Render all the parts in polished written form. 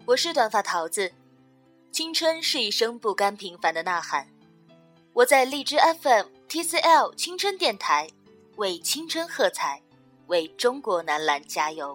我是短发桃子，青春是一声不甘平凡的呐喊。我在荔枝 FM、TCL 青春电台为青春喝彩，为中国男篮加油。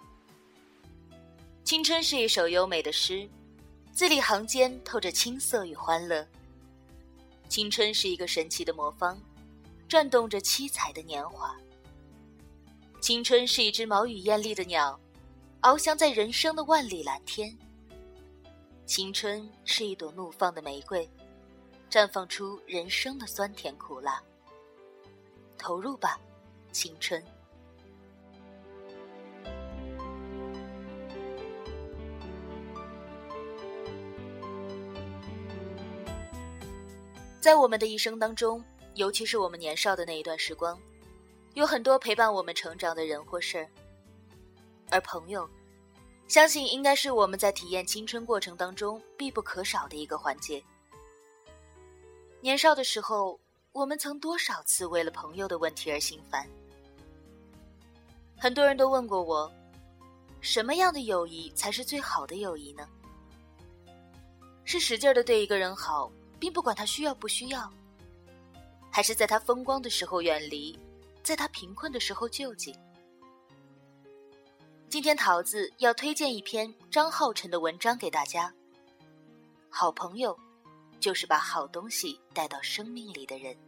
青春是一首优美的诗，字里行间透着青涩与欢乐。青春是一个神奇的魔方，转动着七彩的年华。青春是一只毛羽艳丽的鸟，翱翔在人生的万里蓝天。青春是一朵怒放的玫瑰，绽放出人生的酸甜苦辣。投入吧，青春。在我们的一生当中，尤其是我们年少的那一段时光，有很多陪伴我们成长的人或事儿。而朋友，相信应该是我们在体验青春过程当中必不可少的一个环节。年少的时候，我们曾多少次为了朋友的问题而心烦。很多人都问过我，什么样的友谊才是最好的友谊呢？是使劲地对一个人好，并不管他需要不需要，还是在他风光的时候远离，在他贫困的时候救济？今天桃子要推荐一篇张浩晨的文章给大家。好朋友就是把好东西带到生命里的人。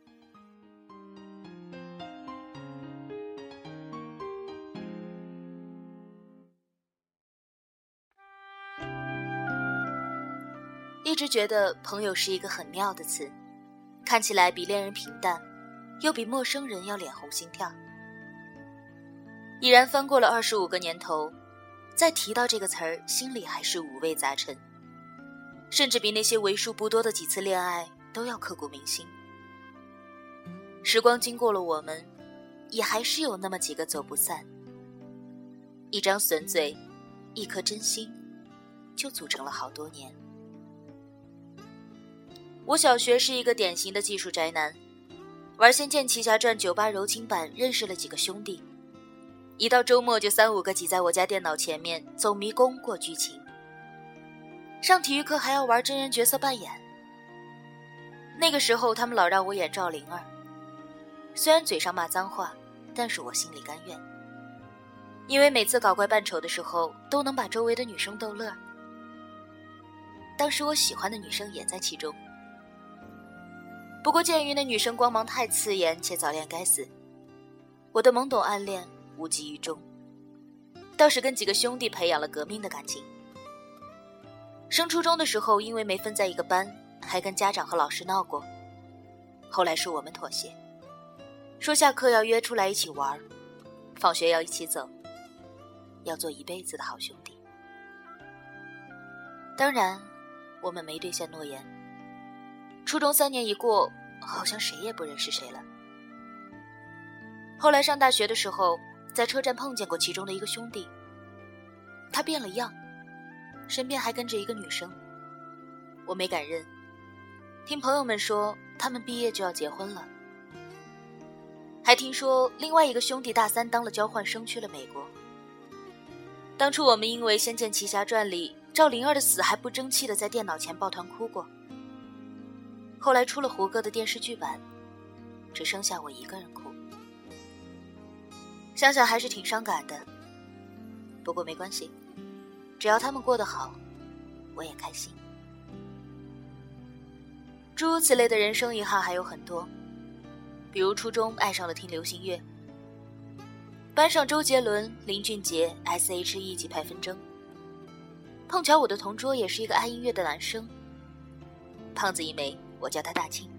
一直觉得朋友是一个很妙的词，看起来比恋人平淡，又比陌生人要脸红心跳。已然翻过了25个年头，再提到这个词儿，心里还是五味杂陈，甚至比那些为数不多的几次恋爱都要刻骨铭心。时光经过了我们，也还是有那么几个走不散。一张损嘴，一颗真心，就组成了好多年。我小学是一个典型的技术宅男，玩《仙剑奇侠传》98柔情版认识了几个兄弟，一到周末就3-5个挤在我家电脑前面走迷宫过剧情。上体育课还要玩真人角色扮演。那个时候他们老让我演赵灵儿，虽然嘴上骂脏话，但是我心里甘愿，因为每次搞怪扮丑的时候都能把周围的女生逗乐。当时我喜欢的女生也在其中，不过鉴于那女生光芒太刺眼且早恋该死，我的懵懂暗恋无疾于衷，倒是跟几个兄弟培养了革命的感情。升初中的时候，因为没分在一个班，还跟家长和老师闹过。后来是我们妥协，说下课要约出来一起玩，放学要一起走，要做一辈子的好兄弟。当然，我们没兑现诺言。初中3年一过，好像谁也不认识谁了。后来上大学的时候，在车站碰见过其中的一个兄弟，他变了样，身边还跟着一个女生。我没敢认，听朋友们说他们毕业就要结婚了，还听说另外一个兄弟大3当了交换生去了美国。当初我们因为《仙剑奇侠传》里赵灵儿的死还不争气的在电脑前抱团哭过，后来出了胡歌的电视剧版，只剩下我一个人哭。想想还是挺伤感的，不过没关系，只要他们过得好，我也开心。诸如此类的人生遗憾还有很多，比如初中爱上了听流行乐，班上周杰伦、林俊杰、S.H.E 几派纷争。碰巧我的同桌也是一个爱音乐的男生，胖子一枚，我叫他大庆。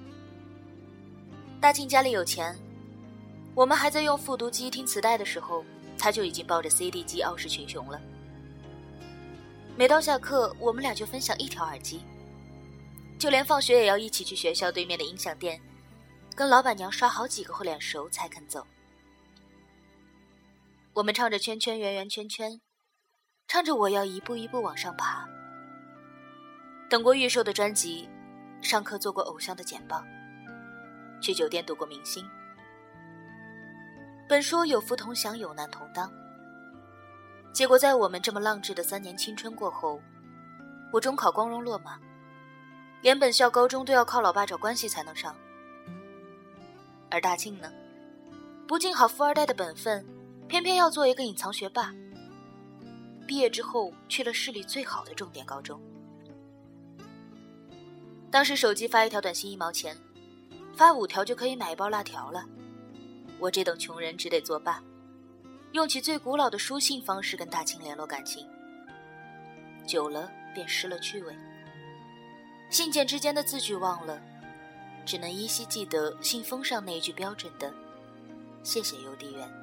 大庆家里有钱，我们还在用复读机听磁带的时候，他就已经抱着 CD 机傲视群雄了。每到下课，我们俩就分享一条耳机，就连放学也要一起去学校对面的音响店，跟老板娘刷好几个会脸熟才肯走。我们唱着圈圈圆圆圈圈，唱着我要一步一步往上爬。等过预售的专辑，上课做过偶像的简报，去酒店赌过明星。本说有福同享，有难同当， 结果在我们这么浪掷的3年青春过后，我中考光荣落马，连本校高中都要靠老爸找关系才能上。而大庆呢，不尽好富二代的本分，偏偏要做一个隐藏学霸。毕业之后去了市里最好的重点高中。当时手机发一条短信1毛钱，发5条就可以买一包辣条了。我这等穷人只得作罢，用起最古老的书信方式跟大庆联络感情，久了便失了趣味。信件之间的字句忘了，只能依稀记得信封上那一句标准的谢谢邮递员。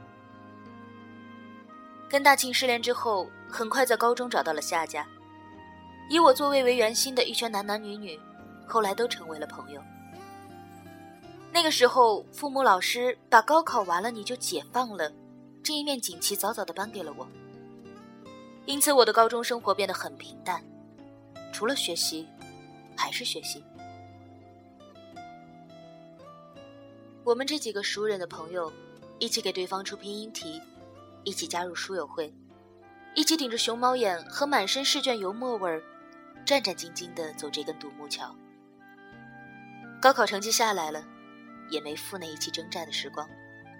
跟大庆失联之后，很快在高中找到了下家，以我座位为圆心的一圈男男女女，后来都成为了朋友。那个时候，父母老师把高考完了你就解放了这一面锦旗早早地颁给了我，因此我的高中生活变得很平淡，除了学习还是学习。我们这几个熟人的朋友一起给对方出拼音题，一起加入书友会，一起顶着熊猫眼和满身试卷油墨味儿，战战兢兢地走这根独木桥。高考成绩下来了，也没负那一起征战的时光。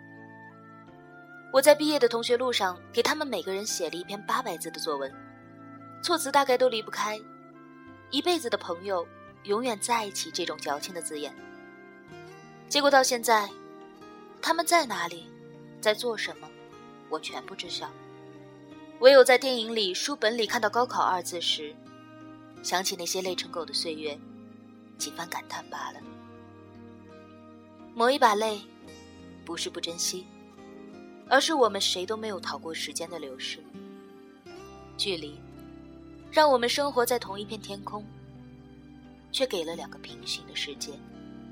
我在毕业的同学录上给他们每个人写了一篇800字的作文，措辞大概都离不开一辈子的朋友，永远在一起这种矫情的字眼。结果到现在，他们在哪里，在做什么，我全不知晓。唯有在电影里、书本里看到高考2字时，想起那些累成狗的岁月，几番感叹罢了。抹一把泪，不是不珍惜，而是我们谁都没有逃过时间的流逝。距离让我们生活在同一片天空，却给了2个平行的世界。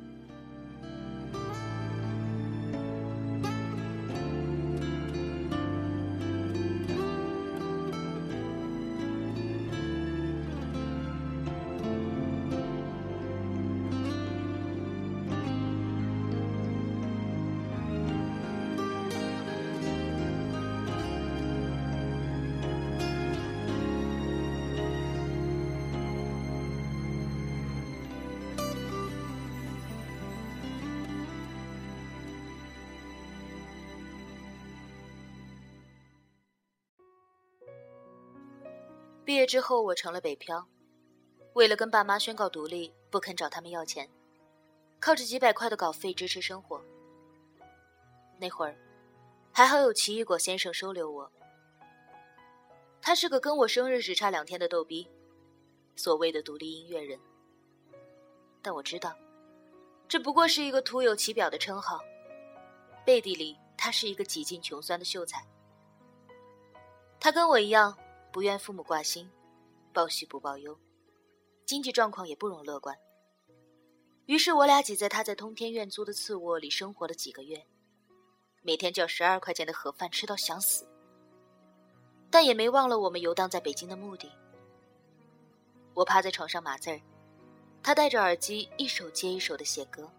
毕业之后我成了北漂，为了跟爸妈宣告独立，不肯找他们要钱，靠着几百块的稿费支持生活。那会儿还好有奇异果先生收留我，他是个跟我生日只差2天的逗逼，所谓的独立音乐人。但我知道这不过是一个徒有其表的称号，背地里他是一个几近穷酸的秀才。他跟我一样不愿父母挂心，报喜不报忧，经济状况也不容乐观。于是我俩挤在他在通天院租的次卧里生活了几个月，每天叫12块钱的盒饭吃到想死，但也没忘了我们游荡在北京的目的。我趴在床上码字儿，他戴着耳机一首接一首的写歌，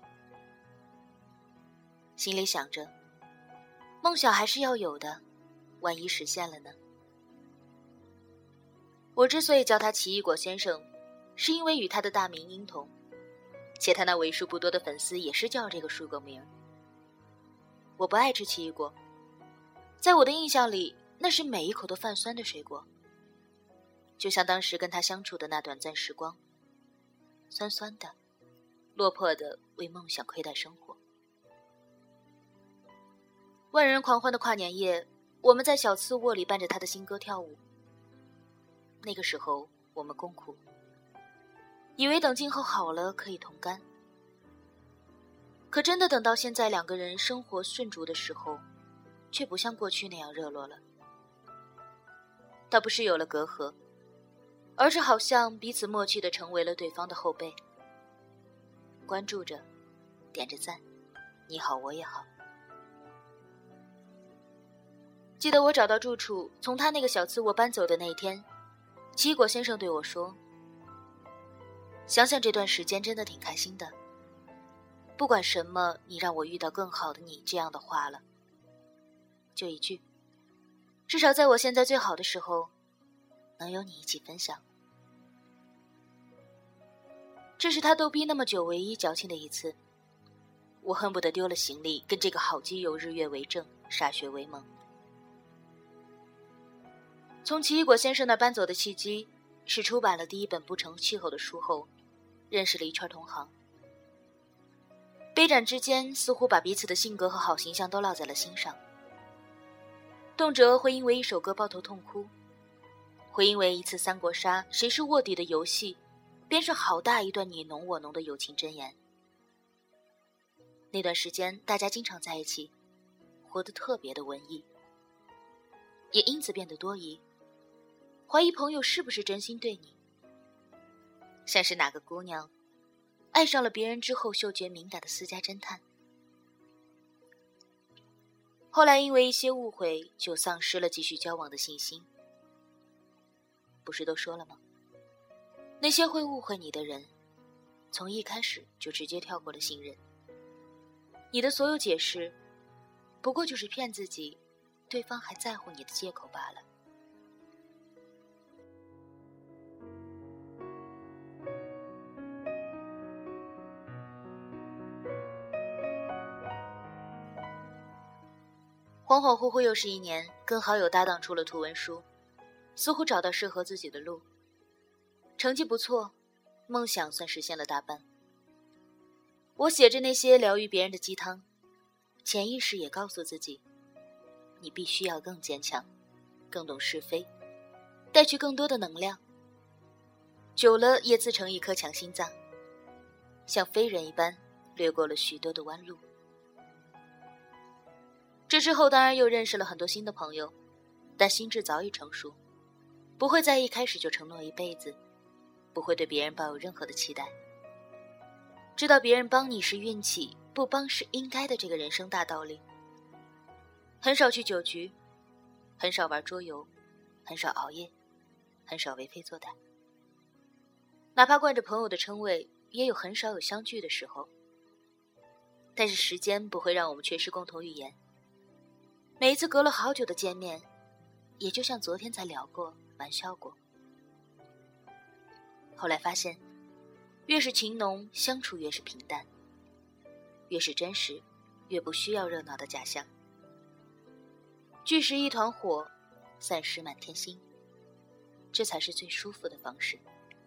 心里想着梦想还是要有的，万一实现了呢？我之所以叫他奇异果先生，是因为与他的大名音同，且他那为数不多的粉丝也是叫这个属狗名。我不爱吃奇异果，在我的印象里，那是每一口都泛酸的水果，就像当时跟他相处的那短暂时光，酸酸的，落魄的为梦想亏待生活。万人狂欢的跨年夜，我们在小次卧里伴着他的新歌跳舞。那个时候我们共苦，以为等今后好了可以同甘，可真的等到现在2个人生活顺逐的时候，却不像过去那样热络了。倒不是有了隔阂，而是好像彼此默契地成为了对方的后辈，关注着，点着赞，你好我也好。记得我找到住处，从他那个小次卧搬走的那天，奇异果先生对我说，想想这段时间真的挺开心的，不管什么，你让我遇到更好的你这样的话了。就一句， 至少在我现在最好的时候，能有你一起分享。这是他逗逼那么久唯一矫情的一次，我恨不得丢了行李，跟这个好基友日月为证，歃血为盟。从奇异果先生那搬走的契机，是出版了第一本不成气候的书后，认识了一圈同行。杯盏之间，似乎把彼此的性格和好形象都烙在了心上。动辄会因为一首歌抱头痛哭，会因为一次三国杀谁是卧底的游戏，编上好大一段你侬我侬的友情箴言。那段时间大家经常在一起，活得特别的文艺，也因此变得多疑，怀疑朋友是不是真心对你，像是哪个姑娘爱上了别人之后嗅觉敏感的私家侦探。后来因为一些误会，就丧失了继续交往的信心。不是都说了吗？那些会误会你的人，从一开始就直接跳过了信任。你的所有解释，不过就是骗自己，对方还在乎你的借口罢了。恍恍惚惚又是一年，跟好友搭档出了图文书，似乎找到适合自己的路，成绩不错，梦想算实现了大半。我写着那些疗愈别人的鸡汤，潜意识也告诉自己，你必须要更坚强，更懂是非，带去更多的能量。久了也自成一颗强心脏，像飞人一般掠过了许多的弯路。这之后当然又认识了很多新的朋友，但心智早已成熟，不会在一开始就承诺一辈子，不会对别人抱有任何的期待。知道别人帮你是运气，不帮是应该的这个人生大道理。很少去酒局，很少玩桌游，很少熬夜，很少为非作歹。哪怕惯着朋友的称谓，也有很少有相聚的时候。但是时间不会让我们缺失共同语言。每一次隔了好久的见面，也就像昨天才聊过，玩笑过。后来发现，越是情浓，相处越是平淡；越是真实，越不需要热闹的假象。聚时一团火，散时满天星，这才是最舒服的方式。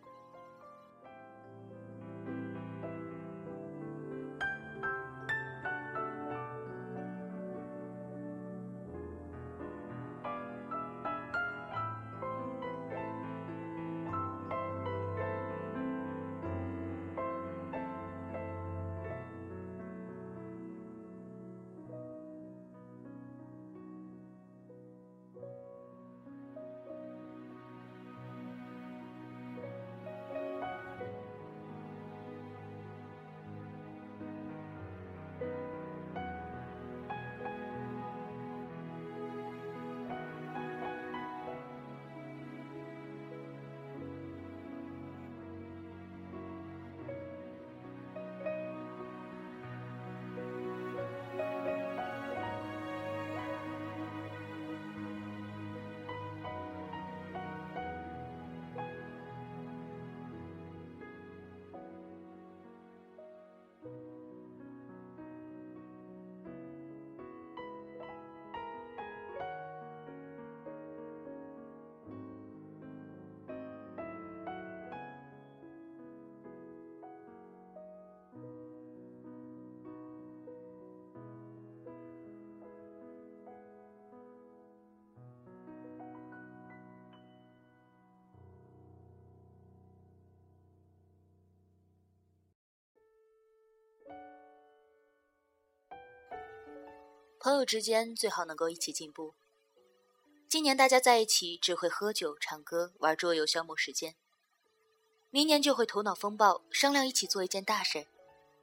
朋友之间最好能够一起进步。今年大家在一起只会喝酒、唱歌、玩桌游消磨时间，明年就会头脑风暴，商量一起做一件大事。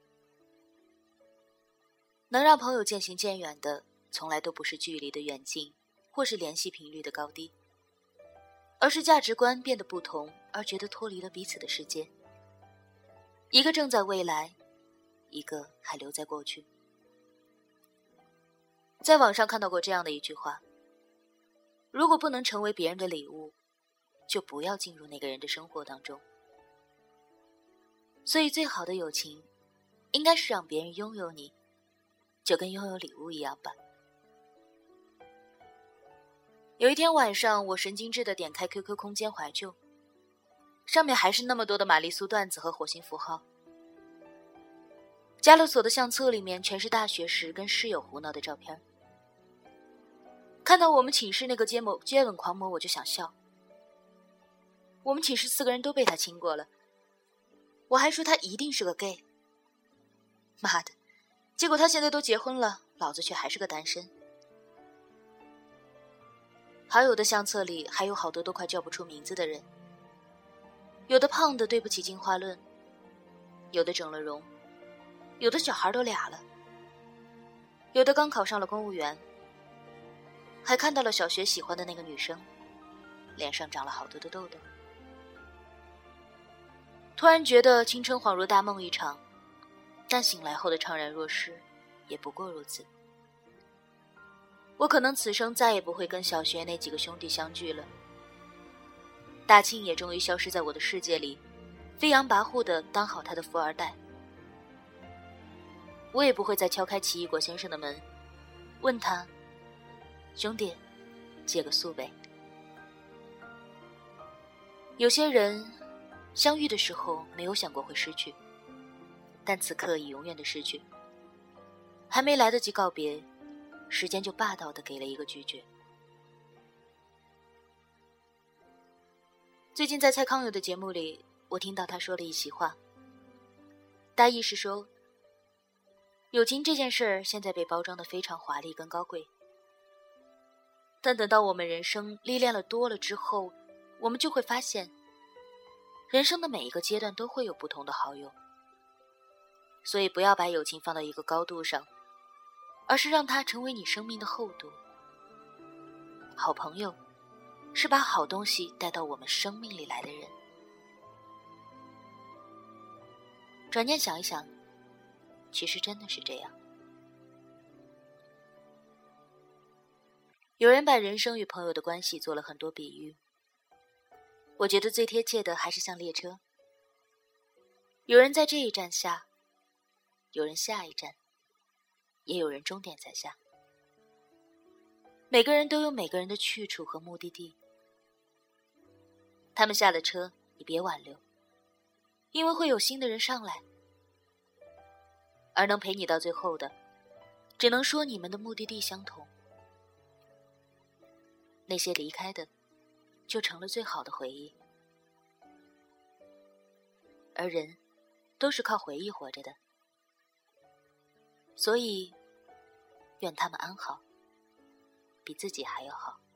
能让朋友渐行渐远的，从来都不是距离的远近，或是联系频率的高低，而是价值观变得不同，而觉得脱离了彼此的世界。一个正在未来，一个还留在过去。在网上看到过这样的一句话： 如果不能成为别人的礼物，就不要进入那个人的生活当中。所以最好的友情，应该是让别人拥有你，就跟拥有礼物一样吧。有一天晚上，我神经质地点开 QQ 空间怀旧，上面还是那么多的玛丽苏段子和火星符号。加了锁的相册里面全是大学时跟室友胡闹的照片。看到我们寝室那个接吻狂魔，我就想笑。我们寝室4个人都被他亲过了，我还说他一定是个 gay。 妈的，结果他现在都结婚了，老子却还是个单身。好友的相册里还有好多都快叫不出名字的人，有的胖的对不起进化论，有的整了容，有的小孩都俩了，有的刚考上了公务员，还看到了小学喜欢的那个女生，脸上长了好多的痘痘。突然觉得青春恍如大梦一场，但醒来后的怅然若失也不过如此。我可能此生再也不会跟小学那几个兄弟相聚了。大庆也终于消失在我的世界里，飞扬跋扈地当好他的富二代。我也不会再敲开奇异果先生的门，问他：兄弟，借个宿呗。有些人相遇的时候没有想过会失去，但此刻已永远的失去，还没来得及告别，时间就霸道地给了一个拒绝。最近在蔡康永的节目里，我听到他说了一席话，大意是说，友情这件事儿现在被包装得非常华丽跟高贵，但等到我们人生历练了多了之后，我们就会发现，人生的每一个阶段都会有不同的好友，所以不要把友情放到一个高度上，而是让它成为你生命的厚度。好朋友是把好东西带到我们生命里来的人。转念想一想，其实真的是这样。有人把人生与朋友的关系做了很多比喻，我觉得最贴切的还是像列车，有人在这一站下，有人下一站，也有人终点在下。每个人都有每个人的去处和目的地，他们下了车，你别挽留，因为会有新的人上来，而能陪你到最后的，只能说你们的目的地相同。那些离开的，就成了最好的回忆，而人都是靠回忆活着的，所以愿他们安好，比自己还要好。